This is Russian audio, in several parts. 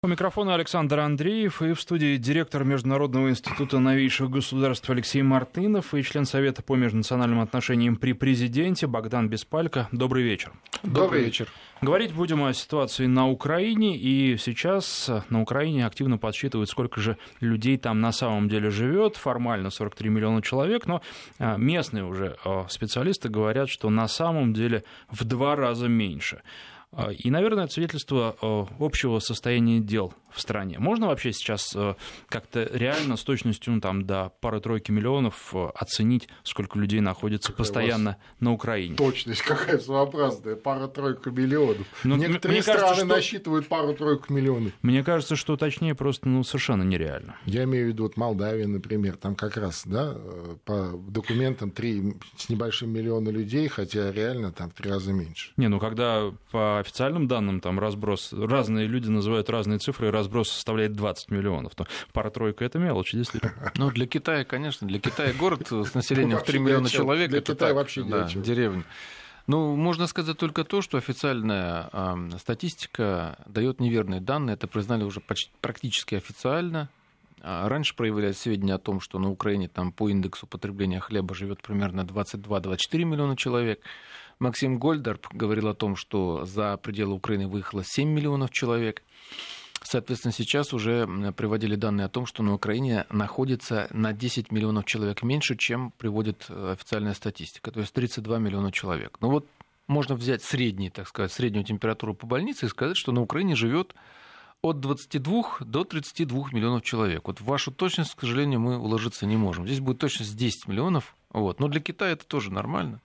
У микрофона Александр Андреев, и в студии директор Международного института новейших государств Алексей Мартынов и член Совета по межнациональным отношениям при президенте Богдан Беспалько. Добрый вечер. Добрый вечер. Говорить будем о ситуации на Украине, и сейчас на Украине активно подсчитывают, сколько же людей там на самом деле живет. Формально 43 миллиона человек, но местные уже специалисты говорят, что на самом деле в 2 раза меньше. И, наверное, это свидетельство общего состояния дел в стране. Можно вообще сейчас как-то реально с точностью до пары-тройки миллионов оценить, сколько людей находится постоянно на Украине? Точность какая своеобразная, пара-тройка миллионов. Но некоторые страны насчитывают пару-тройку миллионов. Мне кажется, что точнее просто совершенно нереально. Я имею в виду Молдавия, например, там как раз, по документам 3 с небольшим миллиона людей, хотя реально там в 3 раза меньше. Когда по официальным данным там разброс, разные люди называют разные цифры, и разброс составляет 20 миллионов, то пара-тройка — это мелочь, действительно. Для Китая, конечно, для Китая город с населением в 3 миллиона человек, для это Китая так, вообще деревня. Можно сказать только то, что официальная статистика дает неверные данные, это признали уже практически официально. Раньше проявлялись сведения о том, что на Украине там по индексу потребления хлеба живет примерно 22-24 миллиона человек. Максим Гольдарб говорил о том, что за пределы Украины выехало 7 миллионов человек. Соответственно, сейчас уже приводили данные о том, что на Украине находится на 10 миллионов человек меньше, чем приводит официальная статистика, то есть 32 миллиона человек. Можно взять среднюю температуру по больнице и сказать, что на Украине живет от 22 до 32 миллионов человек. В вашу точность, к сожалению, мы уложиться не можем. Здесь будет точность 10 миллионов, но для Китая это тоже нормально.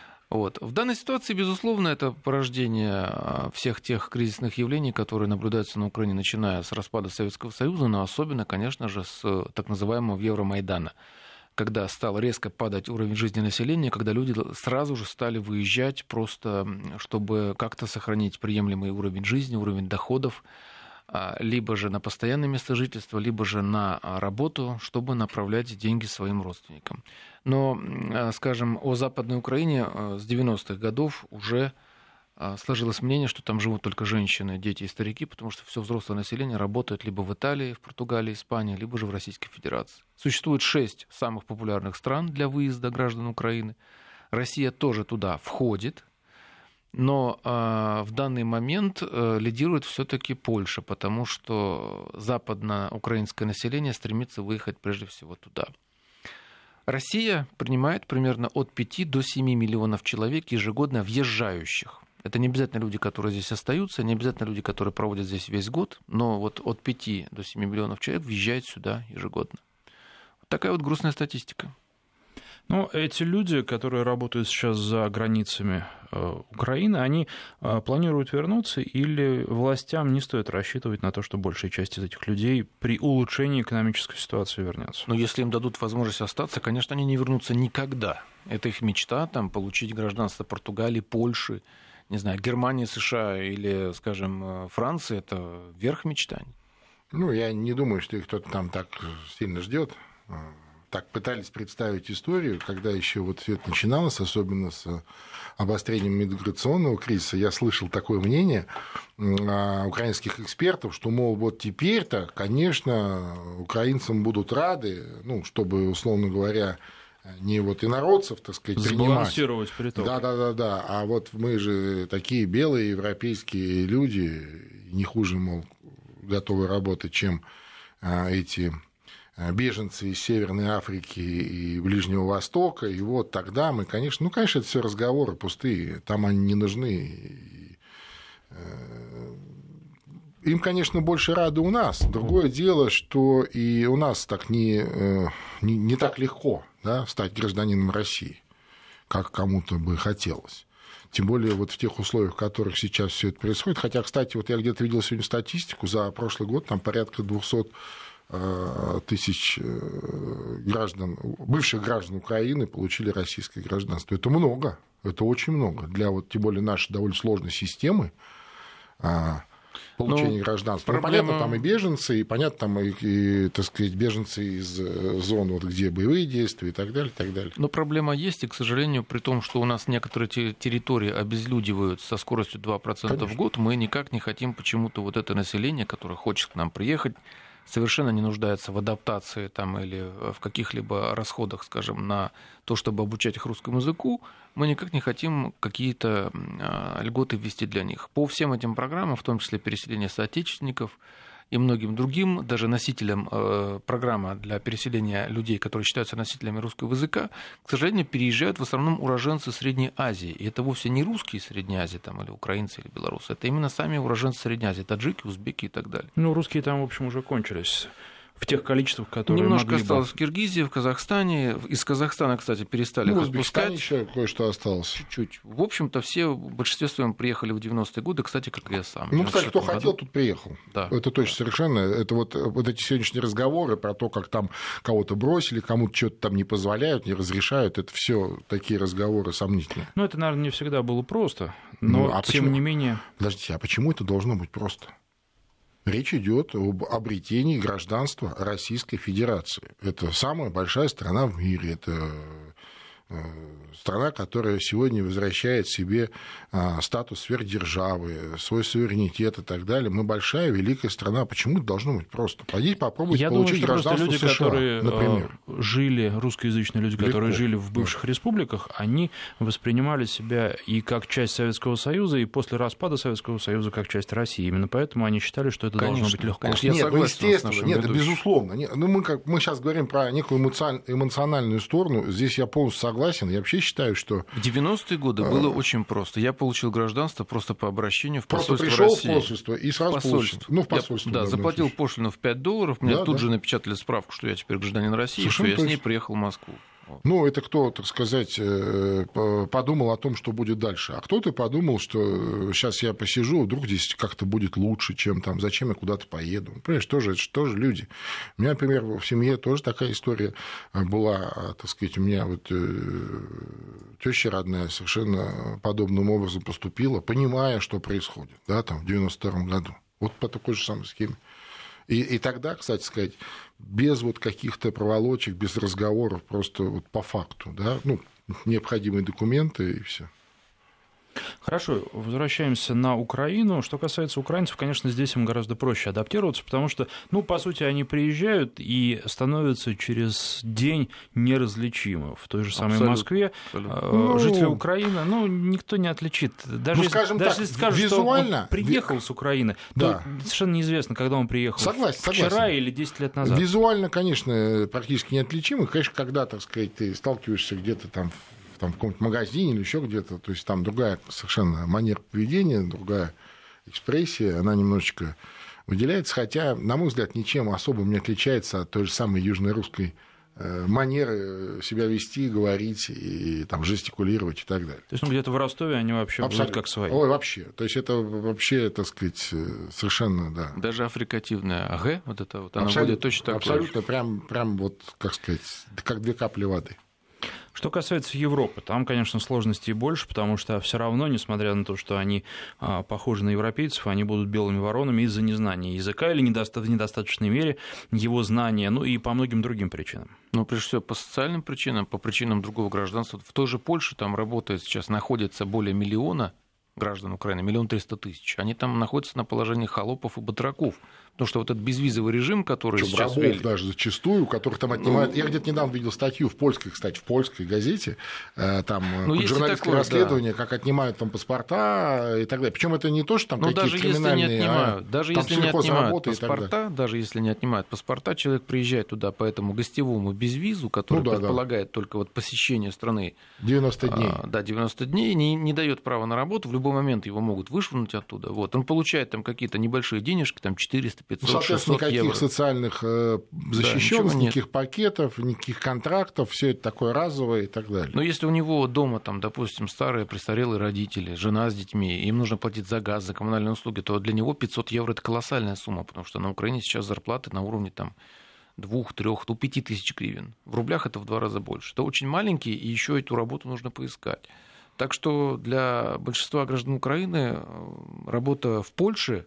В данной ситуации, безусловно, это порождение всех тех кризисных явлений, которые наблюдаются на Украине, начиная с распада Советского Союза, но особенно, конечно же, с так называемого Евромайдана, когда стал резко падать уровень жизни населения, когда люди сразу же стали выезжать просто, чтобы как-то сохранить приемлемый уровень жизни, уровень доходов, либо же на постоянное место жительства, либо же на работу, чтобы направлять деньги своим родственникам. Но, скажем, о Западной Украине с 90-х годов уже сложилось мнение, что там живут только женщины, дети и старики, потому что все взрослое население работает либо в Италии, в Португалии, Испании, либо же в Российской Федерации. Существует 6 самых популярных стран для выезда граждан Украины. Россия тоже туда входит. Но в данный момент лидирует все-таки Польша, потому что западноукраинское население стремится выехать прежде всего туда. Россия принимает примерно от 5 до 7 миллионов человек ежегодно въезжающих. Это не обязательно люди, которые здесь остаются, не обязательно люди, которые проводят здесь весь год, но от 5 до 7 миллионов человек въезжает сюда ежегодно. Такая грустная статистика. Эти люди, которые работают сейчас за границами Украины, они планируют вернуться, или властям не стоит рассчитывать на то, что большая часть из этих людей при улучшении экономической ситуации вернется? Если им дадут возможность остаться, конечно, они не вернутся никогда. Это их мечта, получить гражданство Португалии, Польши, Германии, США или, скажем, Франции. Это верх мечтаний. Я не думаю, что их кто-то там так сильно ждет. Так пытались представить историю, когда еще все это начиналось, особенно с обострением миграционного кризиса. Я слышал такое мнение украинских экспертов, что, теперь-то, конечно, украинцам будут рады, чтобы, условно говоря, не инородцев, принимать. Сбалансировать приток. Да. А мы же такие белые европейские люди, не хуже, готовы работать, чем эти беженцы из Северной Африки и Ближнего Востока, и тогда мы, конечно, это все разговоры пустые, там они не нужны. Им, конечно, больше рады у нас. Другое дело, что и у нас так не так легко, стать гражданином России, как кому-то бы хотелось. Тем более в тех условиях, в которых сейчас все это происходит. Хотя, кстати, я где-то видел сегодня статистику, за прошлый год там порядка 200 тысяч граждан, бывших граждан Украины получили российское гражданство. Это много, это очень много. Для тем более нашей довольно сложной системы получения гражданства. Проблема... Понятно, там и беженцы, и понятно, там и, так сказать, беженцы из зон, вот, где боевые действия и так далее, и так далее. Но проблема есть, и, к сожалению, при том, что у нас некоторые территории обезлюдивают со скоростью 2% Конечно. в год, мы никак не хотим почему-то вот это население, которое хочет к нам приехать, совершенно не нуждается в адаптации там, или в каких-либо расходах, скажем, на то, чтобы обучать их русскому языку, мы никак не хотим какие-то льготы ввести для них. По всем этим программам, в том числе переселение соотечественников и многим другим, даже носителям программы для переселения людей, которые считаются носителями русского языка, к сожалению, переезжают в основном уроженцы Средней Азии. И это вовсе не русские из Средней Азии, там, или украинцы, или белорусы. Это именно сами уроженцы Средней Азии, таджики, узбеки и так далее. Ну, русские там, в общем, уже кончились. В тех количествах, которые немножко могли осталось бы... в Киргизии, в Казахстане. Из Казахстана, кстати, перестали в отпускать. еще кое-что осталось. Чуть-чуть. В общем-то, все в большинстве своем приехали в 90-е годы, кстати, как и я сам. Ну, кстати, кто хотел, тут приехал. Да. Это точно совершенно. Это вот эти сегодняшние разговоры про то, как там кого-то бросили, кому-то что-то там не позволяют, не разрешают, это все такие разговоры сомнительные. Ну, это, наверное, не всегда было просто, но тем не менее... Подождите, а почему это должно быть просто? Речь идет об обретении гражданства Российской Федерации. Это самая большая страна в мире. Это страна, которая сегодня возвращает себе статус сверхдержавы, свой суверенитет и так далее. Мы большая, великая страна. Почему это должно быть просто? Пойдите попробуйте получить гражданство люди, США, которые например. жили, русскоязычные люди, которые жили в бывших республиках, они воспринимали себя и как часть Советского Союза, и после распада Советского Союза как часть России. Именно поэтому они считали, что это должно быть легко. Конечно, я согласен естественно, нет, это безусловно. Мы сейчас говорим про некую эмоциональную сторону. Здесь я полностью согласен. Я вообще считаю, что... В 90-е годы было очень просто. Я получил гражданство просто по обращению в посольство России. Просто пришел в посольство и сразу получил. Ну, в посольство. Я заплатил пошлину в $5, мне тут же напечатали справку, что я теперь гражданин России, совершенно что я с ней приехал в Москву. Ну, это кто, так сказать, подумал о том, что будет дальше. А кто-то подумал, что сейчас я посижу, вдруг здесь как-то будет лучше, чем там, зачем я куда-то поеду. Понимаешь, это тоже люди. У меня, например, в семье тоже такая история была, так сказать, у меня вот теща родная совершенно подобным образом поступила, понимая, что происходит, да, там, в 92-м году. Вот по такой же самой схеме. И тогда, кстати сказать, без вот каких-то проволочек, без разговоров, просто вот по факту, да, ну, необходимые документы и все. Хорошо, возвращаемся на Украину. Что касается украинцев, конечно, здесь им гораздо проще адаптироваться, потому что, ну, по сути, они приезжают и становятся через день неразличимы. В той же самой Москве жители Украины, ну, никто не отличит. Даже если скажут, визуально, что он приехал с Украины, то совершенно неизвестно, когда он приехал. Вчера или 10 лет назад. Визуально, конечно, практически неотличимы. Конечно, когда, так сказать, ты сталкиваешься где-то там в каком-то магазине или еще где-то, то есть там другая совершенно манера поведения, другая экспрессия, она немножечко выделяется, хотя, на мой взгляд, ничем особым не отличается от той же самой южно-русской манеры себя вести, говорить и там, жестикулировать и так далее. То есть, ну, где-то в Ростове они вообще будут как свои? Ой, вообще. То есть, это вообще, так сказать, совершенно, да. Даже африкативная АГ, вот это вот, она будет точно такой. Абсолютно, прям вот, как сказать, как 2 капли воды. Что касается Европы, там, конечно, сложностей больше, потому что все равно, несмотря на то, что они похожи на европейцев, они будут белыми воронами из-за незнания языка или в недостаточной мере его знания, ну и по многим другим причинам. Ну, прежде всего, по социальным причинам, по причинам другого гражданства. В той же Польше там работает сейчас, находится более 1 миллиона граждан Украины, 1 300 000. Они там находятся на положении холопов и батраков. Потому что вот этот безвизовый режим, который сейчас ввели... даже зачастую, которых там отнимают... Я где-то недавно видел статью в польской, кстати, в польской газете, там журналистское расследование, как отнимают там паспорта и так далее. Причем это не то, что там какие-то криминальные... Даже если не отнимают паспорта, человек приезжает туда по этому гостевому безвизу, который предполагает только вот посещение страны... 90 дней. Да, 90 дней, не дает права на работу, в любой момент его могут вышвырнуть оттуда. Вот. Он получает там какие-то небольшие денежки, там 400, 500, 600 евро. Никаких социальных защищенностей, никаких пакетов, никаких контрактов, все это такое разовое и так далее. Но если у него дома, там, допустим, старые престарелые родители, жена с детьми, им нужно платить за газ, за коммунальные услуги, то для него 500 евро – это колоссальная сумма, потому что на Украине сейчас зарплаты на уровне там 2, 3, 5 тысяч гривен. В рублях это в 2 раза больше. Это очень маленький, и еще эту работу нужно поискать. Так что для большинства граждан Украины работа в Польше,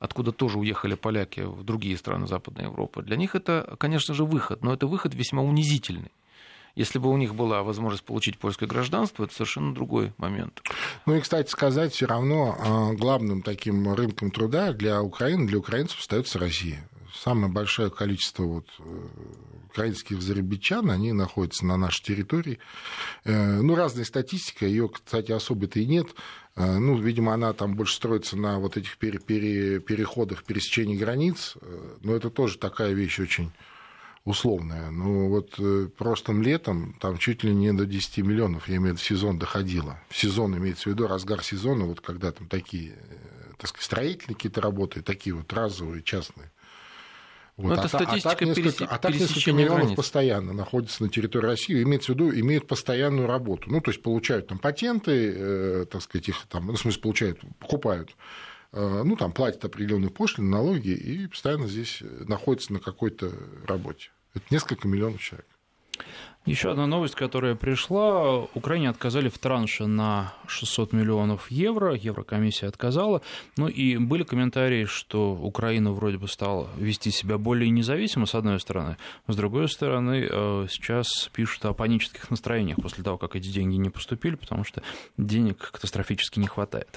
откуда тоже уехали поляки в другие страны Западной Европы, для них это, конечно же, выход, но это выход весьма унизительный. Если бы у них была возможность получить польское гражданство, это совершенно другой момент. Ну и, кстати сказать, все равно главным таким рынком труда для Украины, для украинцев остается Россия. Самое большое количество украинских зарубежан, они находятся на нашей территории. Ну, разная статистика, ее, кстати, особо-то и нет. Ну, видимо, она там больше строится на вот этих переходах, пересечении границ, но это тоже такая вещь очень условная. Ну, вот прошлым летом там чуть ли не до 10 миллионов, я имею в виду, в сезон доходило. В сезон имеется в виду разгар сезона, вот когда там такие, так сказать, строительные какие-то работы, такие вот разовые, частные. Вот. Это статистика несколько миллионов границ постоянно находятся на территории России, имеется в виду, имеют постоянную работу. Ну, то есть получают там патенты, так сказать, их там, ну, в смысле, покупают, ну, там платят определенные пошлины, налоги и постоянно здесь находятся на какой-то работе. Это несколько миллионов человек. Еще одна новость, которая пришла. Украине отказали в транше на 600 миллионов евро. Еврокомиссия отказала. Ну и были комментарии, что Украина вроде бы стала вести себя более независимо, с одной стороны. С другой стороны, сейчас пишут о панических настроениях после того, как эти деньги не поступили, потому что денег катастрофически не хватает.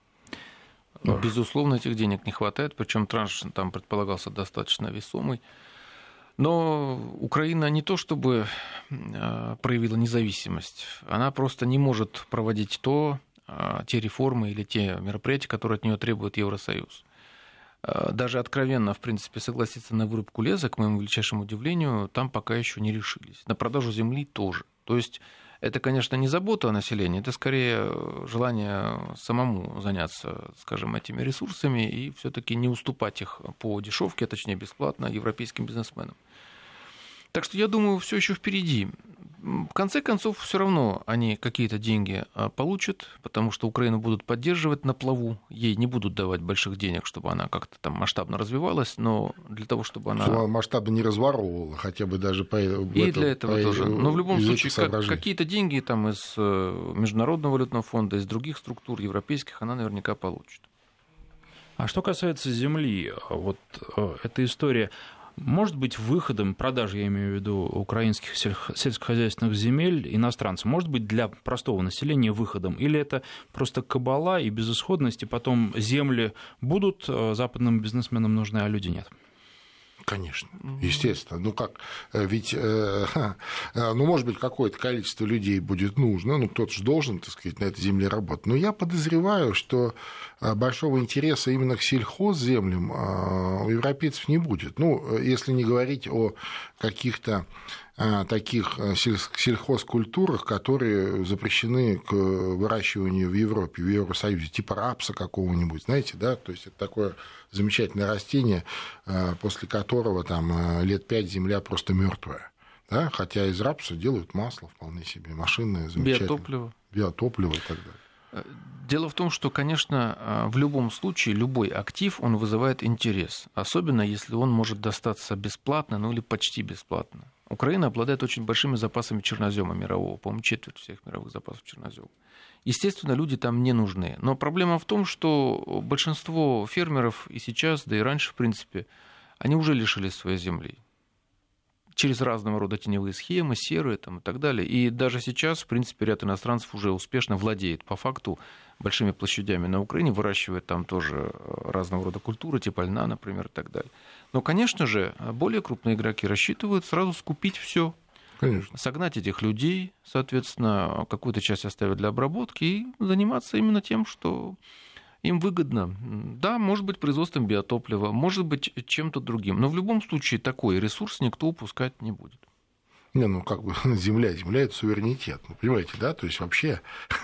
Безусловно, этих денег не хватает, причем транш там предполагался достаточно весомый. Но Украина не то чтобы проявила независимость, она просто не может проводить те реформы или те мероприятия, которые от нее требует Евросоюз. Даже откровенно, в принципе, согласиться на вырубку леса, к моему величайшему удивлению, там пока еще не решились. На продажу земли тоже. То есть это, конечно, не забота о населении, это скорее желание самому заняться, скажем, этими ресурсами и все-таки не уступать их по дешевке, а точнее бесплатно, европейским бизнесменам. Так что я думаю, все еще впереди. В конце концов, все равно они какие-то деньги получат, потому что Украину будут поддерживать на плаву, ей не будут давать больших денег, чтобы она как-то там масштабно развивалась, но для того, чтобы она масштабно не разворовывала, хотя бы даже по и для этого тоже. Но в любом случае какие-то деньги там из Международного валютного фонда, из других структур европейских она наверняка получит. А что касается земли, вот эта история может быть выходом продажи, я имею в виду, украинских сельскохозяйственных земель иностранцам, может быть для простого населения выходом? Или это просто кабала и безысходность, и потом земли будут западным бизнесменам нужны, а люди нет? Конечно, естественно. Ну как, ведь, ну, может быть, какое-то количество людей будет нужно, ну, кто-то же должен, так сказать, на этой земле работать. Но я подозреваю, что большого интереса именно к сельхозземлям у европейцев не будет. Ну, если не говорить о каких-то таких сельхозкультурах, которые запрещены к выращиванию в Европе, в Евросоюзе, типа рапса какого-нибудь, знаете, да, то есть это такое замечательное растение, после которого там лет 5 земля просто мертвая, да, хотя из рапса делают масло вполне себе, машинное, замечательное. Биотопливо и так далее. Дело в том, что, конечно, в любом случае любой актив, он вызывает интерес, особенно если он может достаться бесплатно, ну или почти бесплатно. Украина обладает очень большими запасами чернозема мирового, по-моему, четверть всех мировых запасов чернозема. Естественно, люди там не нужны. Но проблема в том, что большинство фермеров и сейчас, да и раньше, в принципе, они уже лишились своей земли. Через разного рода теневые схемы, серые там, и так далее. И даже сейчас, в принципе, ряд иностранцев уже успешно владеет по факту большими площадями на Украине, выращивает там тоже разного рода культуры, типа льна, например, и так далее. Но, конечно же, более крупные игроки рассчитывают сразу скупить все, согнать этих людей, соответственно, какую-то часть оставить для обработки и заниматься именно тем, что им выгодно. Да, может быть, производством биотоплива, может быть, чем-то другим. Но в любом случае такой ресурс никто упускать не будет. Не, ну как бы земля – это суверенитет, ну, понимаете, да? То есть вообще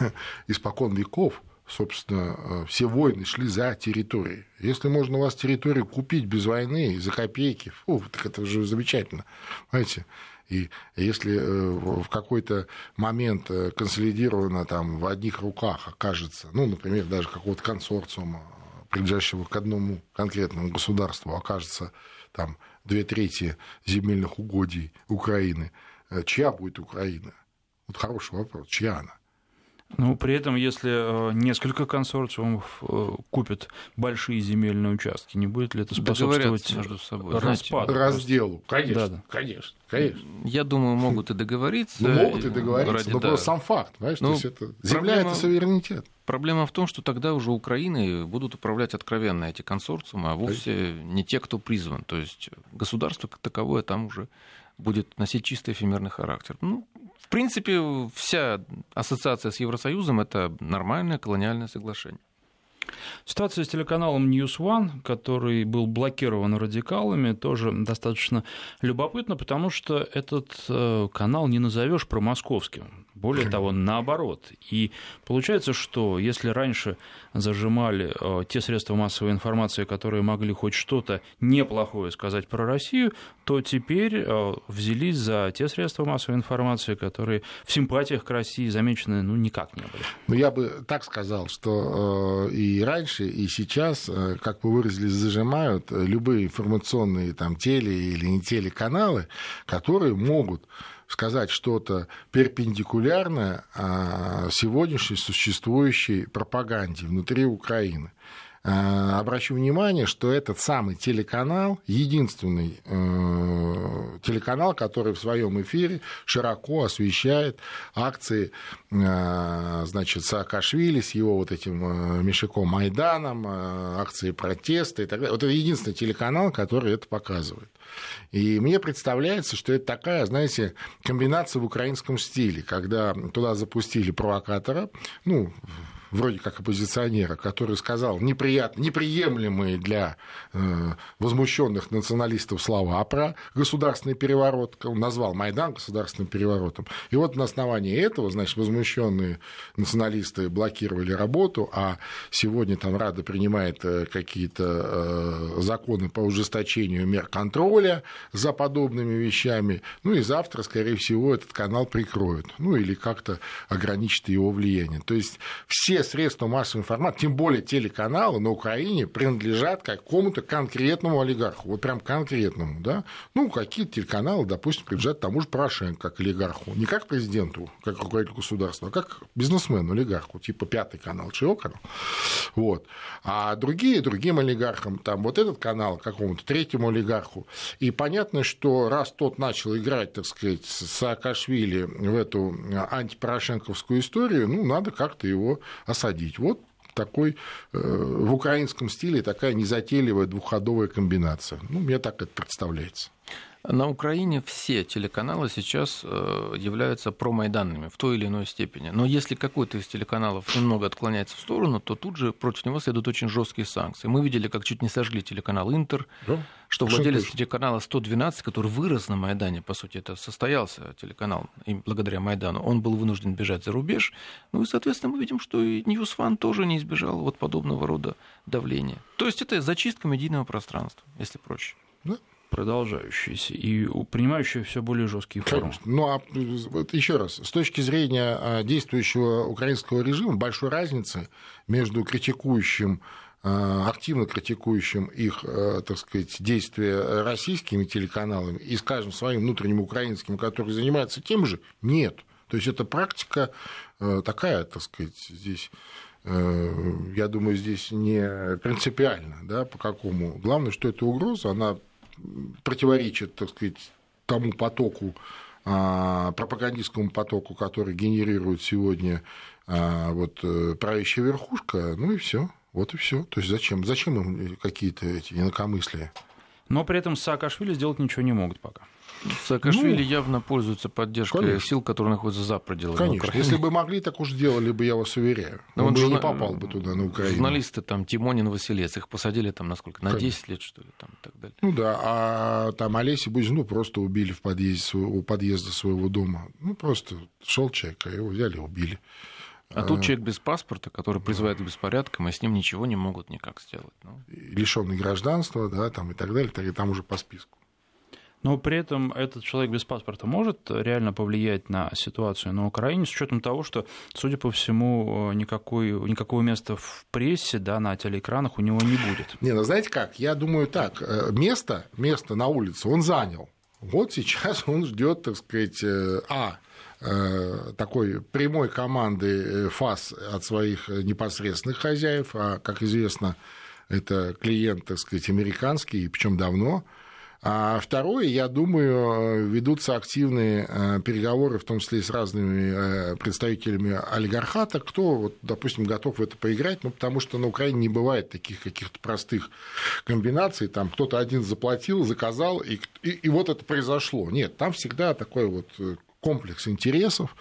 испокон веков, собственно, все войны шли за территорией. Если можно у вас территорию купить без войны, за копейки, так это же замечательно, понимаете? И если в какой-то момент консолидировано там в одних руках окажется, ну, например, даже какого-то консорциума, принадлежащего к одному конкретному государству, окажется там 2/3 земельных угодий Украины, чья будет Украина? Вот хороший вопрос, чья она? Ну, при этом, если несколько консорциумов купят большие земельные участки, не будет ли это способствовать между собой, распаду? Разделу. Конечно, да. конечно. Я думаю, могут и договориться. Ну, могут и договориться, но просто сам факт. Понимаешь, то есть земля — это суверенитет. Проблема в том, что тогда уже Украиной будут управлять откровенно эти консорциумы, а вовсе не те, кто призван. То есть государство как таковое там уже будет носить чисто эфемерный характер. Ну, в принципе, вся ассоциация с Евросоюзом — это нормальное колониальное соглашение. Ситуация с телеканалом News One, который был блокирован радикалами, тоже достаточно любопытна, потому что этот канал не назовешь промосковским. Более того, наоборот. И получается, что если раньше зажимали те средства массовой информации, которые могли хоть что-то неплохое сказать про Россию, то теперь взялись за те средства массовой информации, которые в симпатиях к России замечены никак не были. Ну, я бы так сказал, что и раньше, и сейчас, как вы выразились, зажимают любые информационные там теле- или не телеканалы, которые могут сказать что-то перпендикулярное сегодняшней существующей пропаганде внутри Украины. Обращу внимание, что этот самый телеканал, единственный телеканал, который в своем эфире широко освещает акции, значит, Саакашвили с его вот этим Мишиком Майданом, акции протеста и так далее. Вот это единственный телеканал, который это показывает. И мне представляется, что это такая, знаете, комбинация в украинском стиле, когда туда запустили провокатора, вроде как оппозиционера, который сказал неприемлемые для возмущенных националистов слова про государственный переворот. Он назвал Майдан государственным переворотом. И вот на основании этого, значит, возмущенные националисты блокировали работу, а сегодня там Рада принимает какие-то законы по ужесточению мер контроля за подобными вещами. Ну и завтра, скорее всего, этот канал прикроют. Ну или как-то ограничат его влияние. То есть все средства массовой информации, тем более телеканалы на Украине, принадлежат какому-то конкретному олигарху, вот прям конкретному, да, какие-то телеканалы, допустим, принадлежат тому же Порошенко как олигарху, не как президенту, как руководителю государства, а как бизнесмену, олигарху, типа Пятый канал, ЧО канал, вот, а другим олигархам, там, вот этот канал какому-то третьему олигарху, и понятно, что раз тот начал играть, так сказать, с Саакашвили в эту антипорошенковскую историю, надо как-то его осадить. Вот такой в украинском стиле такая незатейливая двухходовая комбинация. Мне так это представляется. На Украине все телеканалы сейчас являются промайданными в той или иной степени. Но если какой-то из телеканалов немного отклоняется в сторону, то тут же против него следуют очень жесткие санкции. Мы видели, как чуть не сожгли телеканал «Интер», да? Что владелец телеканала 112, который вырос на Майдане, по сути, это состоялся телеканал, и благодаря Майдану, он был вынужден бежать за рубеж. И, соответственно, мы видим, что и News One тоже не избежал вот подобного рода давления. То есть это зачистка медийного пространства, если проще. Да. Продолжающиеся и принимающие все более жесткие формы. Еще раз, с точки зрения действующего украинского режима, большой разницы между активно критикующим их, так сказать, действия российскими телеканалами и, скажем, своим внутренним украинским, который занимается тем же, нет. То есть это практика такая, так сказать, здесь. Я думаю, здесь не принципиально, да, по какому. Главное, что эта угроза, она противоречит, так сказать, тому потоку, пропагандистскому потоку, который генерирует сегодня правящая верхушка, и все. Вот и все. То есть зачем им какие-то эти инакомыслия? Но при этом с Саакашвили сделать ничего не могут пока. Саакашвили явно пользуются поддержкой сил, которые находятся за пределами Украины. Если бы могли, так уж делали бы, я вас уверяю. Он бы не попал бы туда, на Украину. Журналисты, Тимонин, Василец, их посадили на сколько? На 10 лет, что ли, и так далее. А там Олеся Бузину просто убили у подъезда своего дома. Просто шел человек, а его взяли и убили. А тут человек без паспорта, который призывает к беспорядкам, и с ним ничего не могут никак сделать. Лишенный гражданства, да, и так далее, там уже по списку. Но при этом этот человек без паспорта может реально повлиять на ситуацию на Украине, с учетом того, что, судя по всему, никакого места в прессе, на телеэкранах у него не будет. Знаете как? Я думаю так. Место на улице он занял. Вот сейчас он ждет, так сказать, такой прямой команды ФАС от своих непосредственных хозяев, а, как известно, это клиент, так сказать, американский, причем давно. А второе, я думаю, ведутся активные переговоры, в том числе и с разными представителями олигархата, кто, вот, допустим, готов в это поиграть, ну, потому что на Украине не бывает таких каких-то простых комбинаций, там кто-то один заплатил, заказал, и вот это произошло. Нет, там всегда такой вот комплекс интересов,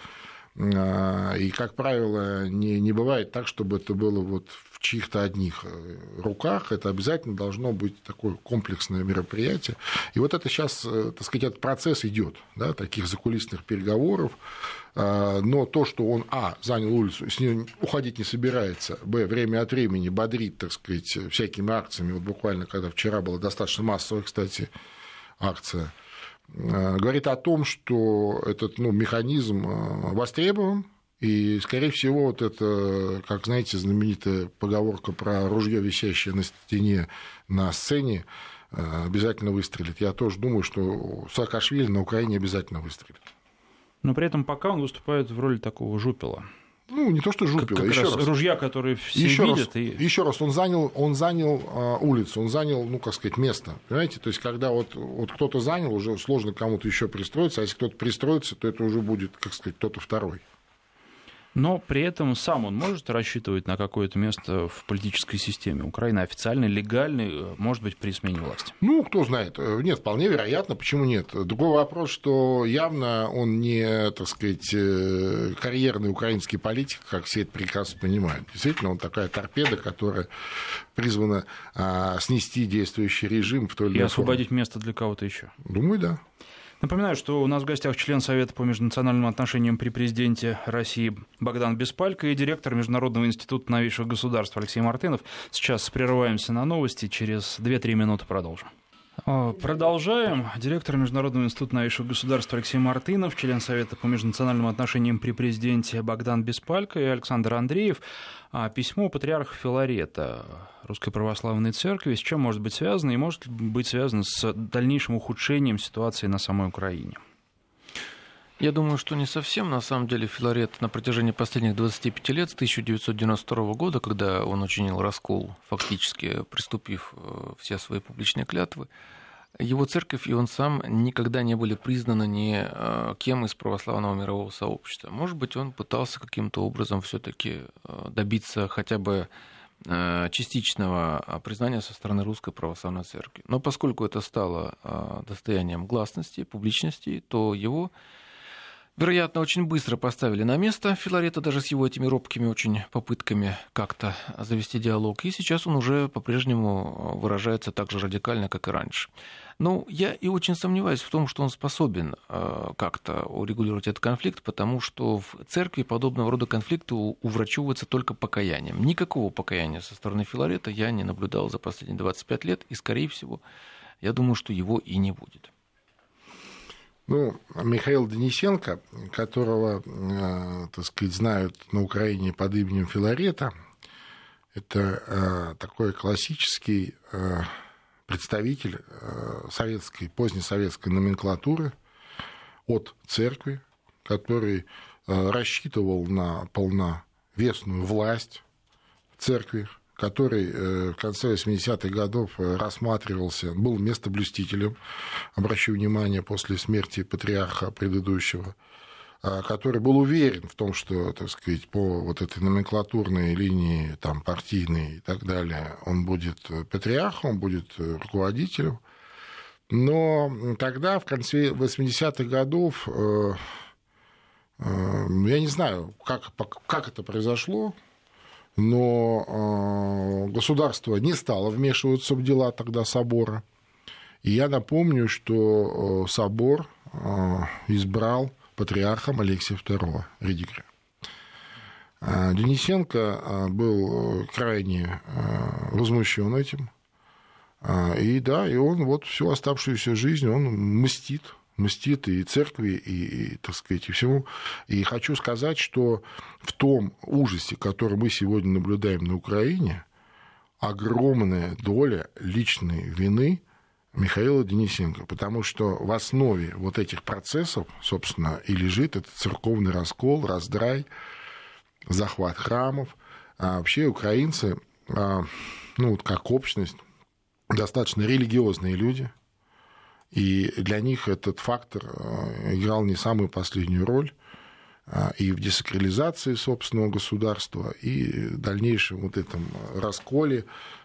и, как правило, не бывает так, чтобы это было вот в чьих-то одних руках, это обязательно должно быть такое комплексное мероприятие. И вот это сейчас, так сказать, этот процесс идет, да, таких закулисных переговоров, но то, что он, занял улицу, с нее уходить не собирается, время от времени бодрит, так сказать, всякими акциями, вот буквально, когда вчера была достаточно массовая, кстати, акция, говорит о том, что этот механизм востребован, и, скорее всего, вот это, как знаете, знаменитая поговорка про ружье, висящее на стене на сцене, обязательно выстрелит. Я тоже думаю, что Саакашвили на Украине обязательно выстрелит. Но при этом пока он выступает в роли такого жупела. Ну, не то, что жупела, еще раз. Ружья, которые все видят. Еще раз, он занял улицу, он занял, как сказать, место. Понимаете, то есть, когда вот кто-то занял, уже сложно кому-то еще пристроиться, а если кто-то пристроится, то это уже будет, как сказать, кто-то второй. Но при этом сам он может рассчитывать на какое-то место в политической системе Украины, официальной, легальной, может быть, при смене власти? Ну, кто знает. Нет, вполне вероятно. Почему нет? Другой вопрос, что явно он не, так сказать, карьерный украинский политик, как все это прекрасно понимают. Действительно, он такая торпеда, которая призвана снести действующий режим в той или иной форме. И освободить место для кого-то еще. Думаю, да. Напоминаю, что у нас в гостях член Совета по межнациональным отношениям при президенте России Богдан Беспалько и директор Международного института новейших государств Алексей Мартынов. Сейчас прерываемся на новости, через 2-3 минуты продолжим. Продолжаем. Директор Международного института новейших государств Алексей Мартынов, член Совета по межнациональным отношениям при президенте Богдан Беспалько и Александр Андреев. Письмо патриарха Филарета Русской Православной Церкви, с чем может быть связано и может быть связано с дальнейшим ухудшением ситуации на самой Украине? Я думаю, что не совсем. На самом деле Филарет на протяжении последних 25 лет, с 1992 года, когда он учинил раскол, фактически приступив все свои публичные клятвы, его церковь и он сам никогда не были признаны никем из православного мирового сообщества. Может быть, он пытался каким-то образом все-таки добиться хотя бы частичного признания со стороны Русской Православной Церкви. Но поскольку это стало достоянием гласности, публичности, то его, вероятно, очень быстро поставили на место Филарета, даже с его этими робкими очень попытками как-то завести диалог. И сейчас он уже по-прежнему выражается так же радикально, как и раньше. Но я и очень сомневаюсь в том, что он способен как-то урегулировать этот конфликт, потому что в церкви подобного рода конфликты уврачевываются только покаянием. Никакого покаяния со стороны Филарета я не наблюдал за последние 25 лет, и, скорее всего, я думаю, что его и не будет. Михаил Денисенко, которого, так сказать, знают на Украине под именем Филарета, это такой классический представитель позднесоветской номенклатуры от церкви, который рассчитывал на полновесную власть в церкви, который в конце 80-х годов рассматривался, был местоблюстителем, обращу внимание, после смерти патриарха предыдущего, который был уверен в том, что, так сказать, по вот этой номенклатурной линии, там, партийной и так далее, он будет патриархом, он будет руководителем. Но тогда, в конце 80-х годов, я не знаю, как это произошло, но государство не стало вмешиваться в дела тогда собора. И я напомню, что собор избрал патриархом Алексия II Ридикера. Денисенко был крайне возмущен этим. И он вот всю оставшуюся жизнь он мстит и церкви, и, так сказать, и всему. И хочу сказать, что в том ужасе, который мы сегодня наблюдаем на Украине, огромная доля личной вины Михаила Денисенко, потому что в основе вот этих процессов, собственно, и лежит этот церковный раскол, раздрай, захват храмов. А вообще украинцы, ну, вот как общность, достаточно религиозные люди, и для них этот фактор играл не самую последнюю роль и в десакрализации собственного государства, и в дальнейшем вот этом расколе,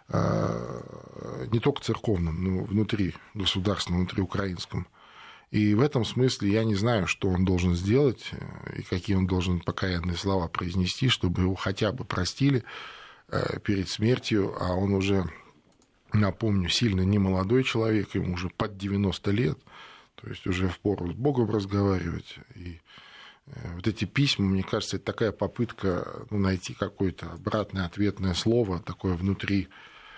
не только церковном, но внутри государственном, внутри украинском. И в этом смысле я не знаю, что он должен сделать и какие он должен покаянные слова произнести, чтобы его хотя бы простили перед смертью, а он уже, напомню, сильно не молодой человек, ему уже под 90 лет, то есть уже впору с Богом разговаривать. И вот эти письма, мне кажется, это такая попытка найти какое-то обратное ответное слово, такое внутри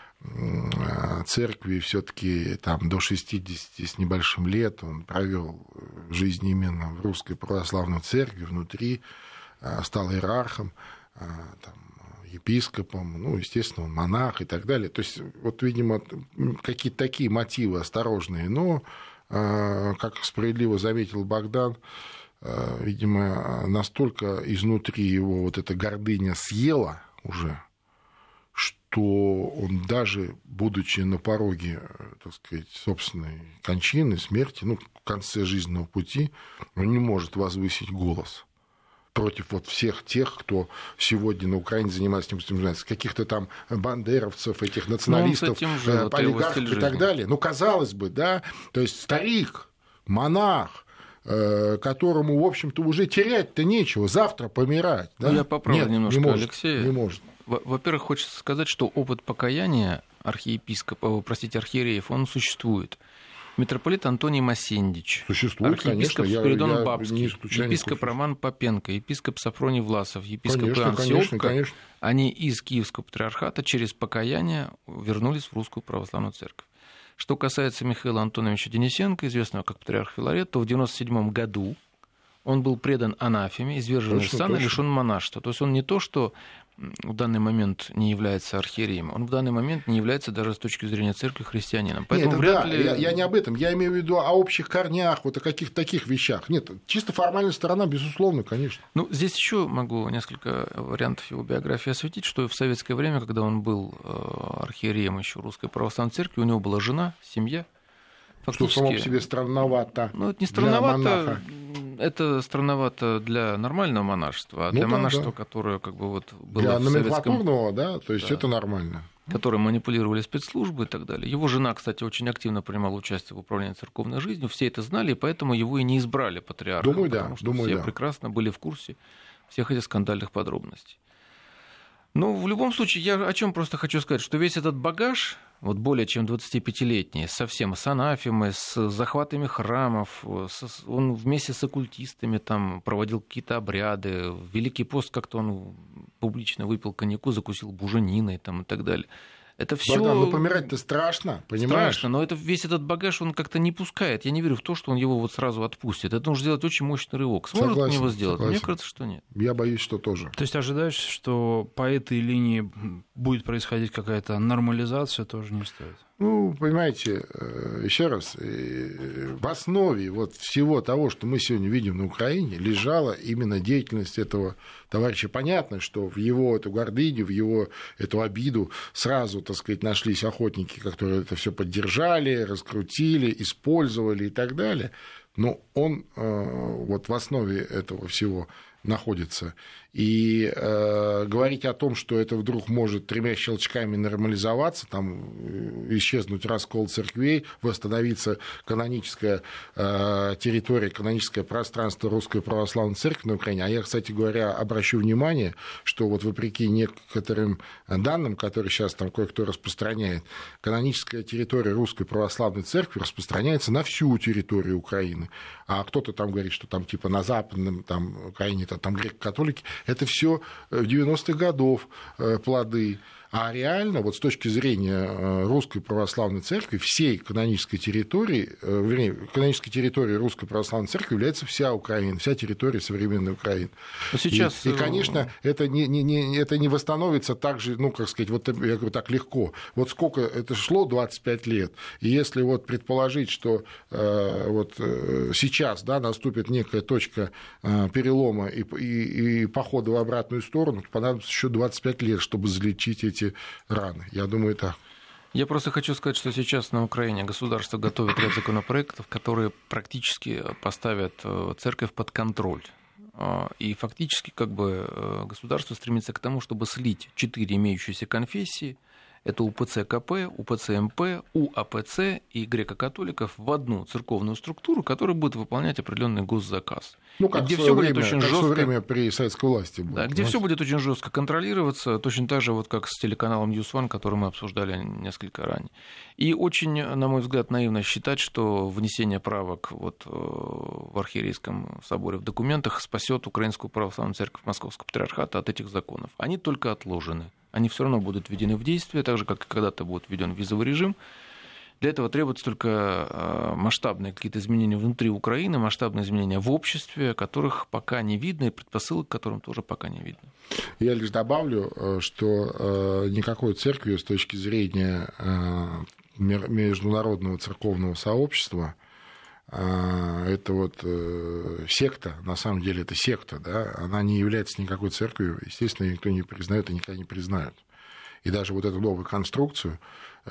церкви. Все-таки там до 60 с небольшим лет он провел жизнь именно в Русской Православной Церкви, внутри, стал иерархом, там, епископом, ну, естественно, он монах и так далее. То есть, вот, видимо, какие-то такие мотивы осторожные, но, как справедливо заметил Богдан, видимо, настолько изнутри его вот эта гордыня съела уже, что он даже, будучи на пороге, так сказать, собственной кончины, смерти, ну, в конце жизненного пути, он не может возвысить голос против вот всех тех, кто сегодня на Украине занимается этим, занимается, каких-то там бандеровцев, этих националистов, олигархов и так далее. Ну, казалось бы, да, то есть старик, монах, которому, в общем-то, уже терять-то нечего, завтра помирать. Да? Я поправлю немножко не может, Алексея. Не может. Во-первых, хочется сказать, что опыт покаяния архиереев, он существует. Митрополит Антоний Масендич, существует, архиепископ конечно, Спиридон Бабский, епископ Роман Попенко, епископ Сафроний Власов, епископ Иоанн Сиопка, они из Киевского патриархата через покаяние вернулись в Русскую Православную Церковь. Что касается Михаила Антоновича Денисенко, известного как патриарх Филарет, то в 1997 году он был предан анафеме, извержен из сана, лишен монашества. То есть он не то, что в данный момент не является архиереем, он в данный момент не является даже с точки зрения церкви христианином. Поэтому Нет, вряд да, ли... я не об этом, я имею в виду о общих корнях, вот о каких-то таких вещах. Нет, чисто формальная сторона, безусловно, конечно. Ну, здесь еще могу несколько вариантов его биографии осветить, что в советское время, когда он был архиереем еще Русской Православной Церкви, у него была жена, семья. Фактически... Что само по себе странновато. Ну, это не странновато, это странновато для нормального монашества, а для монашества, которое как бы вот было для в советском... номенклатурного, да, то есть это нормально. Которые манипулировали спецслужбы и так далее. Его жена, кстати, очень активно принимала участие в управлении церковной жизнью, все это знали, и поэтому его и не избрали патриархом, потому что все прекрасно были в курсе всех этих скандальных подробностей. Ну, в любом случае, я о чем просто хочу сказать, что весь этот багаж, вот более чем 25-летний, совсем с анафемой, с захватами храмов, он вместе с оккультистами там проводил какие-то обряды, в Великий пост как-то он публично выпил коньяку, закусил бужениной там, и так далее. Это все. Богдан, ну помирать-то страшно, понимаешь? Страшно, но весь этот багаж он как-то не пускает. Я не верю в то, что он его вот сразу отпустит. Это нужно сделать очень мощный рывок. Сможет он его сделать? Согласен. Мне кажется, что нет. Я боюсь, что тоже. То есть ожидаешь, что по этой линии будет происходить какая-то нормализация, тоже не стоит? Ну, понимаете, еще раз, в основе вот всего того, что мы сегодня видим на Украине, лежала именно деятельность этого товарища. Понятно, что в его эту гордыню, в его эту обиду сразу, так сказать, нашлись охотники, которые это все поддержали, раскрутили, использовали и так далее. Но он вот в основе этого всего находится. И говорить о том, что это вдруг может 3 щелчками нормализоваться, там, исчезнуть раскол церквей, восстановиться каноническая территория, каноническое пространство Русской Православной Церкви на Украине. А я, кстати говоря, обращу внимание, что вот вопреки некоторым данным, которые сейчас там кое-кто распространяет, каноническая территория Русской Православной Церкви распространяется на всю территорию Украины. А кто-то там говорит, что там типа на Западном там, Украине там греко-католики. Это все в 90-х годов плоды. А реально, вот с точки зрения Русской Православной Церкви, всей канонической территории, канонической территорией Русской Православной Церкви является вся Украина, вся территория современной Украины. Сейчас... И, конечно, это не восстановится так же, ну, как сказать, вот я говорю, так легко. Вот сколько это шло, 25 лет, и если вот предположить, что вот сейчас, да, наступит некая точка перелома и похода в обратную сторону, то понадобится еще 25 лет, чтобы залечить эти раны. Я думаю, так. Я просто хочу сказать, что сейчас на Украине государство готовит ряд законопроектов, которые практически поставят церковь под контроль. И фактически как бы государство стремится к тому, чтобы слить 4 имеющиеся конфессии. Это УПЦ КП, УПЦ МП, УАПЦ и греко-католиков в одну церковную структуру, которая будет выполнять определенный госзаказ. Ну, как, где в свое время, время при советской власти было. Да, где все будет очень жестко контролироваться, точно так же, вот как с телеканалом Ньюс-1, который мы обсуждали несколько ранее. И очень, на мой взгляд, наивно считать, что внесение правок вот в Архиерейском соборе в документах спасет Украинскую православную церковь Московского патриархата от этих законов. Они только отложены. Они все равно будут введены в действие, так же, как и когда-то будет введен визовый режим. Для этого требуются только масштабные какие-то изменения внутри Украины, масштабные изменения в обществе, которых пока не видно, и предпосылок к которым тоже пока не видно. Я лишь добавлю, что никакой церкви с точки зрения международного церковного сообщества, это вот секта, на самом деле это секта, да, она не является никакой церковью, естественно, никто не признает и никогда не признают. И даже вот эту новую конструкцию,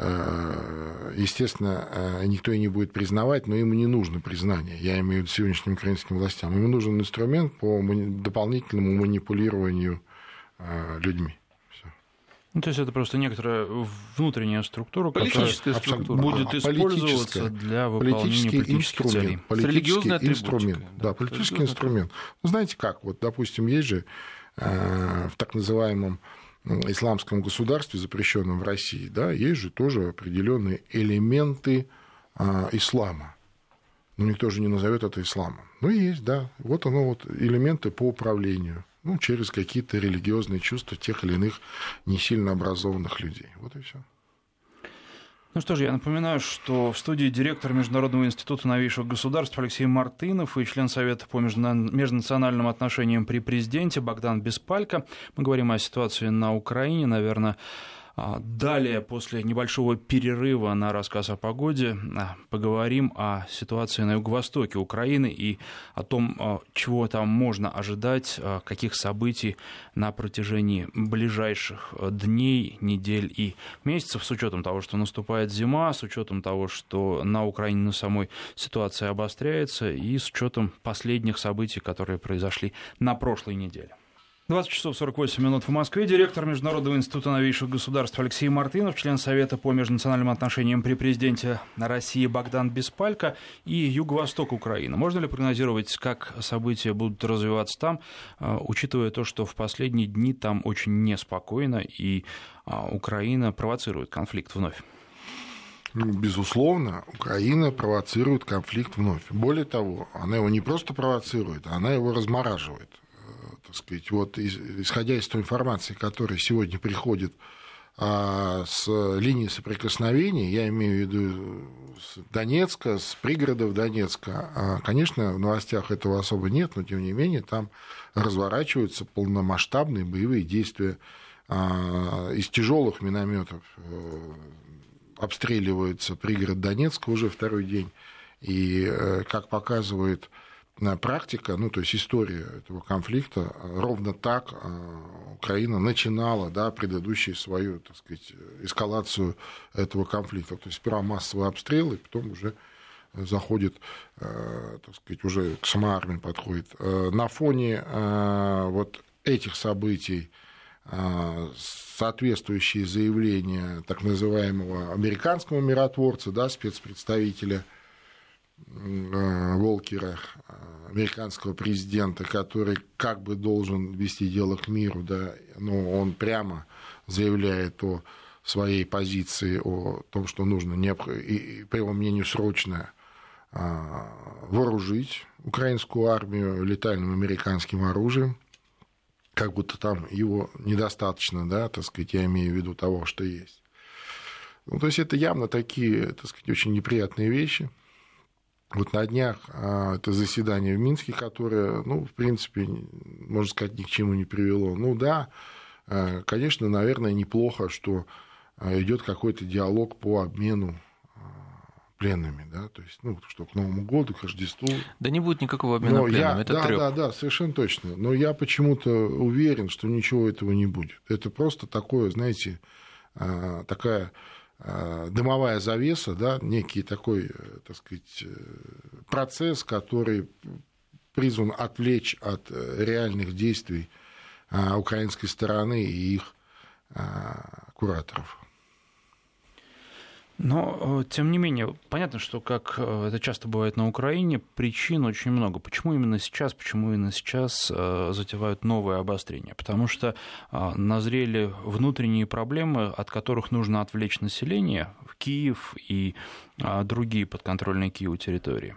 естественно, никто и не будет признавать, но ему не нужно признание. Я имею в виду сегодняшним украинским властям. Ему нужен инструмент по дополнительному манипулированию людьми. Всё. Ну, то есть это просто некоторая внутренняя структура, которая структура. будет использоваться для выполнения политических целей. Политический религиозной инструмент. Да, политический инструмент. Ну, знаете как, вот, допустим, есть же в так называемом исламском государстве, запрещенном в России, да, есть же тоже определенные элементы ислама. Но никто же не назовет это исламом. Ну, есть, да. Вот оно, вот элементы по управлению. Ну, через какие-то религиозные чувства тех или иных не сильно образованных людей. Вот и все. Ну что ж, я напоминаю, что в студии директор Международного института новейших государств Алексей Мартынов и член Совета по межнациональным отношениям при президенте Богдан Беспалько. Мы говорим о ситуации на Украине, наверное. Далее, после небольшого перерыва на рассказ о погоде, поговорим о ситуации на юго-востоке Украины и о том, чего там можно ожидать, каких событий на протяжении ближайших дней, недель и месяцев, с учетом того, что наступает зима, с учетом того, что на Украине на самой ситуация обостряется, и с учетом последних событий, которые произошли на прошлой неделе. 20 часов 48 минут в Москве. Директор Международного института новейших государств Алексей Мартынов, член Совета по межнациональным отношениям при президенте России Богдан Беспалько и юго-восток Украины. Можно ли прогнозировать, как события будут развиваться там, учитывая то, что в последние дни там очень неспокойно и Украина провоцирует конфликт вновь? Безусловно, Украина провоцирует конфликт вновь. Более того, она его не просто провоцирует, она его размораживает. Так сказать, вот, исходя из той информации, которая сегодня приходит с линии соприкосновения, я имею в виду с Донецка, с пригородов Донецка, конечно, в новостях этого особо нет, но тем не менее там разворачиваются полномасштабные боевые действия. Из тяжелых минометов обстреливается пригород Донецка уже второй день, и, как показывает практика, ну, то есть история этого конфликта, ровно так Украина начинала, да, предыдущую свою, так сказать, эскалацию этого конфликта. То есть сперва массовые обстрелы, потом уже заходит, так сказать, уже к самой армии подходит. На фоне вот этих событий соответствующие заявления так называемого американского миротворца, да, спецпредставителя Волкера, американского президента, который как бы должен вести дело к миру, да, но он прямо заявляет о своей позиции, о том, что нужно, и, по его мнению, срочно вооружить украинскую армию летальным американским оружием. как будто там его недостаточно, да, так сказать, я имею в виду того, что есть. Ну, то есть это явно такие, так сказать, очень неприятные вещи. Вот на днях это заседание в Минске, которое, ну, в принципе, можно сказать, ни к чему не привело. Ну да, конечно, наверное, неплохо, что идет какой-то диалог по обмену пленными, да, то есть, ну, что к Новому году, к Рождеству. Да не будет никакого обмена пленными, это трёп. Да, совершенно точно. Но я почему-то уверен, что ничего этого не будет. Это просто такое, знаете, такая дымовая завеса, да, некий такой, так сказать, процесс, который призван отвлечь от реальных действий украинской стороны и их кураторов. Но, тем не менее, понятно, что, как это часто бывает на Украине, причин очень много. Почему именно сейчас затевают новое обострение? Потому что назрели внутренние проблемы, от которых нужно отвлечь население в Киев и другие подконтрольные Киеву территории.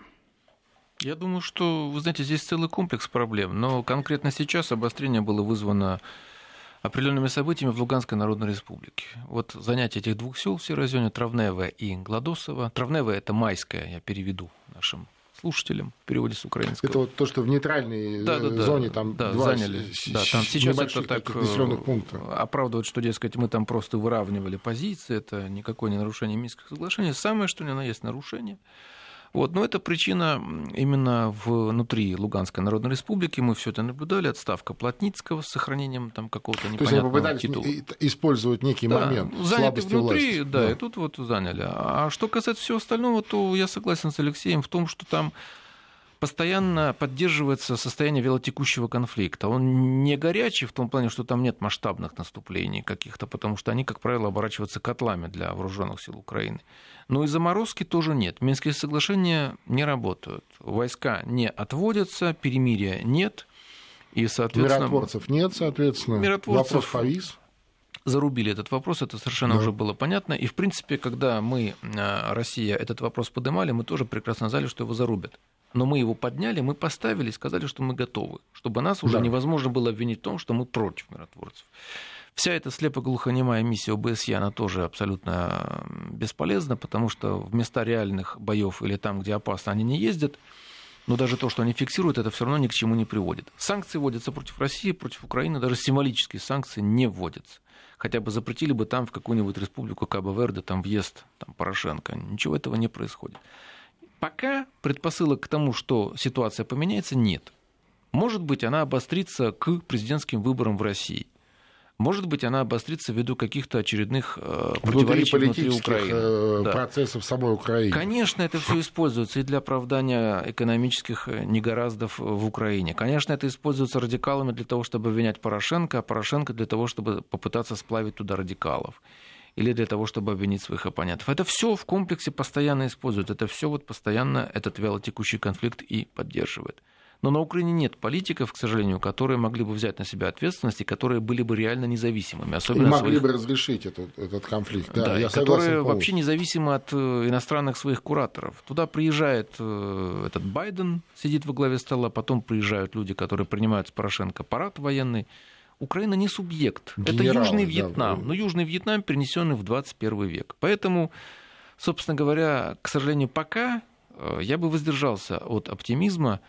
Я думаю, что, вы знаете, здесь целый комплекс проблем, но конкретно сейчас обострение было вызвано определенными событиями в Луганской Народной Республике. Вот занятие этих двух сел в всей районе Травневое и Гладосово. Травневое — это майское, я переведу нашим слушателям в переводе с украинского. Это вот то, что в нейтральной зоне там заняли. Да, там сейчас это так населенных пунктов оправдывают, что, дескать, мы там просто выравнивали позиции, это никакое не нарушение Минских соглашений. Самое, что ни на есть нарушение. Вот, но это причина именно внутри Луганской Народной Республики. Мы все это наблюдали. Отставка Плотницкого с сохранением там какого-то непонятного титула. То есть они попытались использовать некий момент заняты внутри, власти. Да, и тут вот заняли. А что касается всего остального, то я согласен с Алексеем в том, что там постоянно поддерживается состояние вялотекущего конфликта. Он не горячий в том плане, что там нет масштабных наступлений каких-то, потому что они, как правило, оборачиваются котлами для вооруженных сил Украины. Но и заморозки тоже нет. Минские соглашения не работают. Войска не отводятся, перемирия нет. И, соответственно, миротворцев нет, соответственно. Вопрос повис. Зарубили этот вопрос, это совершенно уже было понятно. И, в принципе, когда мы, Россия, этот вопрос поднимали, мы тоже прекрасно знали, что его зарубят. Но мы его подняли, мы поставили и сказали, что мы готовы, чтобы нас уже невозможно было обвинить в том, что мы против миротворцев. Вся эта слепо-глухонемая миссия ОБСЕ, она тоже абсолютно бесполезна, потому что в места реальных боев или там, где опасно, они не ездят. Но даже то, что они фиксируют, это все равно ни к чему не приводит. Санкции вводятся против России, против Украины, даже символические санкции не вводятся. Хотя бы запретили бы там в какую-нибудь республику Кабо-Верде там въезд там, Порошенко. Ничего этого не происходит. Пока предпосылок к тому, что ситуация поменяется, нет. Может быть, она обострится к президентским выборам в России. Может быть, она обострится ввиду каких-то очередных противоречий внутри Украины. Процессов самой Украины. Конечно, это все используется и для оправдания экономических негараздов в Украине. Конечно, это используется радикалами для того, чтобы обвинять Порошенко, а Порошенко для того, чтобы попытаться сплавить туда радикалов. Или для того, чтобы обвинить своих оппонентов. Это все в комплексе постоянно используют. Это все вот постоянно этот вялотекущий конфликт и поддерживает. Но на Украине нет политиков, к сожалению, которые могли бы взять на себя ответственность и которые были бы реально независимыми. Особенно и могли бы разрешить этот конфликт. Да, я которые вообще независимы от иностранных своих кураторов. Туда приезжает этот Байден, сидит во главе стола, потом приезжают люди, которые принимают с Порошенко парад военный. Украина не субъект. Это Южный Вьетнам. Но Южный Вьетнам, перенесенный в 21 век. Поэтому, собственно говоря, к сожалению, пока я бы воздержался от оптимизма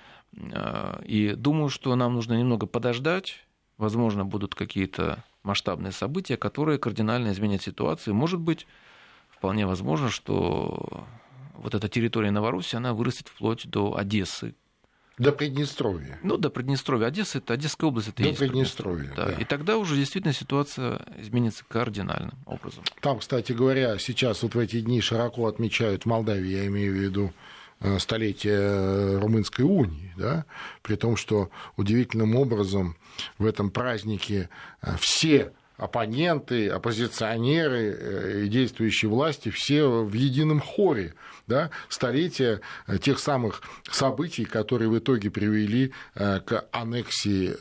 и думаю, что нам нужно немного подождать. Возможно, будут какие-то масштабные события, которые кардинально изменят ситуацию. Может быть, вполне возможно, что вот эта территория Новороссии, она вырастет вплоть до Одессы. До Приднестровья. Ну, до Приднестровья. Одесса, это Одесская область, это до есть Приднестровья. Да. И тогда уже действительно ситуация изменится кардинальным образом. Там, кстати говоря, сейчас вот в эти дни широко отмечают в Молдавии, я имею в виду, столетие Румынской унии, да? При том, что удивительным образом в этом празднике все оппоненты, оппозиционеры и действующие власти все в едином хоре, да, столетия тех самых событий, которые в итоге привели к аннексии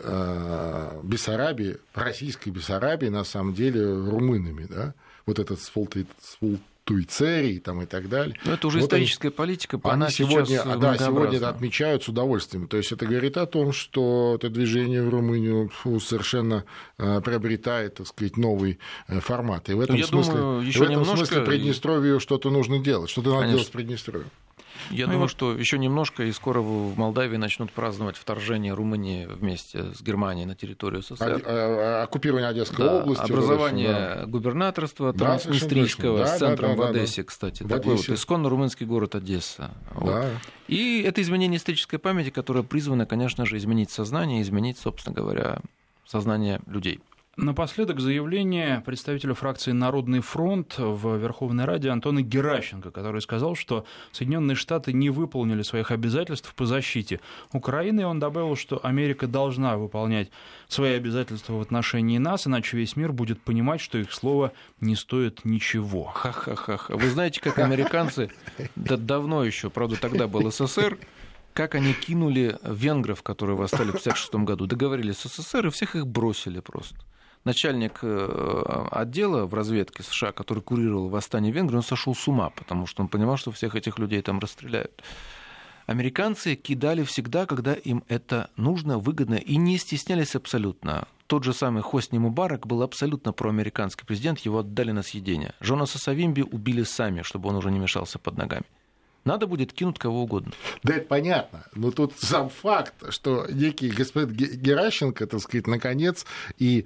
Бессарабии, российской Бессарабии, на самом деле, румынами. Да? Вот этот Сфултурита Туйцерий там, и так далее. Но это уже вот историческая политика, они сегодня это отмечают с удовольствием. То есть это говорит о том, что это движение в Румынию совершенно приобретает, так сказать, новый формат. И в этом смысле Приднестровью что-то нужно делать, что-то надо делать с Приднестровьем. Я думаю, что еще немножко, и скоро в Молдавии начнут праздновать вторжение Румынии вместе с Германией на территорию СССР. Оккупирование Одесской области. Образование губернаторства транснистрийского с центром в Одессе, кстати. Такой вот исконно румынский город Одесса. Вот. И это изменение исторической памяти, которое призвано, конечно же, изменить сознание, изменить, собственно говоря, сознание людей. Напоследок заявление представителя фракции «Народный фронт» в Верховной Раде Антона Геращенко, который сказал, что Соединенные Штаты не выполнили своих обязательств по защите Украины. И он добавил, что Америка должна выполнять свои обязательства в отношении нас, иначе весь мир будет понимать, что их слово не стоит ничего. Ха-ха-ха. Вы знаете, как американцы, давно еще, правда, тогда был СССР, как они кинули венгров, которые восстали в 1956 году, договорились с СССР, и всех их бросили просто. Начальник отдела в разведке США, который курировал восстание в Венгрии, он сошел с ума, потому что он понимал, что всех этих людей там расстреляют. Американцы кидали всегда, когда им это нужно, выгодно, и не стеснялись абсолютно. Тот же самый Хосни Мубарак был абсолютно проамериканский президент, его отдали на съедение. Жонаса Савимби убили сами, чтобы он уже не мешался под ногами. Надо будет кинуть кого угодно. Да, это понятно. Но тут сам факт, что некий господин Геращенко, так сказать, наконец и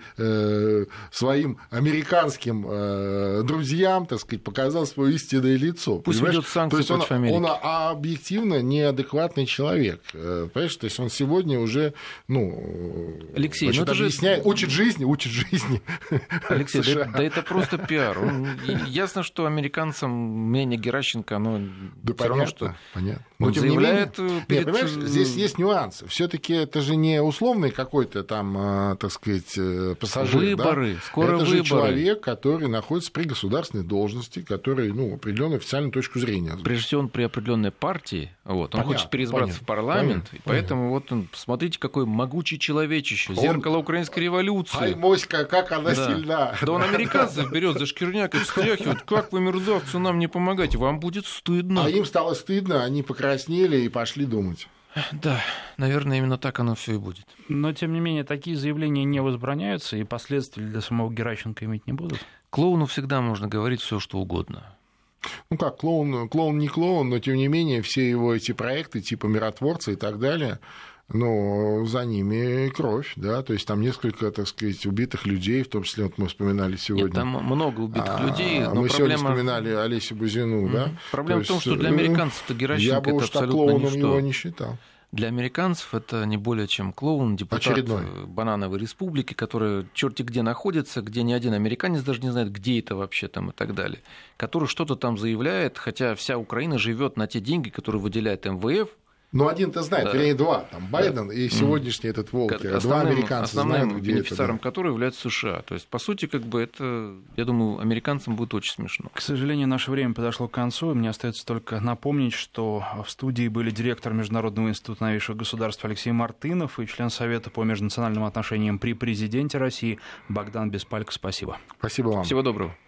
своим американским друзьям, так сказать, показал свое истинное лицо. Пусть ведет санкции против Америки. Он объективно неадекватный человек. Понимаешь, то есть он сегодня уже, Алексей, значит, объясняет, учит жизни. Алексей, да это просто пиар. Ясно, что американцам мнение Геращенко, оно... Да, понятно, что понятно. Но тем заявляет не менее, понимаешь, здесь есть нюансы. Все-таки это же не условный какой-то там, так сказать, пассажир. Выборы, да? скоро это выборы. Это же человек, который находится при государственной должности, который, определенную официальную точку зрения. Прежде всего, он при определенной партии, он хочет переизбраться в парламент, и поэтому вот он, смотрите, какой могучий человечище, зеркало украинской революции. Ай, моська, как она сильна. Да он американцев берет за шкирняк и встряхивает. Как вы, мерзавцы, нам не помогаете? Вам будет стыдно. А им стало стыдно, они покраснели и пошли думать. Да, наверное, именно так оно все и будет. Но, тем не менее, такие заявления не возбраняются, и последствий для самого Геращенко иметь не будут? Клоуну всегда можно говорить все, что угодно. Клоун не клоун, но, тем не менее, все его эти проекты, типа «Миротворца» и так далее, за ними кровь, да, то есть там несколько, так сказать, убитых людей, в том числе, вот мы вспоминали сегодня. Нет, там много убитых людей, но мы сегодня вспоминали Олесю Бузину, да. Проблема в том, что для американцев-то Геращенко это абсолютно клоуном ничто. Его не считал. Для американцев это не более чем клоун, депутат Банановой республики, который черти где находится, где ни один американец даже не знает, где это вообще там и так далее, который что-то там заявляет, хотя вся Украина живет на те деньги, которые выделяет МВФ. Но один-то знает, вернее, два. Там Байден и сегодняшний этот Волкер. Два американца основным знают, бенефициаром которого является США. То есть, по сути, это, я думаю, американцам будет очень смешно. К сожалению, наше время подошло к концу. И мне остается только напомнить, что в студии были директор Международного института новейших государств Алексей Мартынов и член Совета по межнациональным отношениям при президенте России Богдан Беспалько. Спасибо. Спасибо вам. Всего доброго.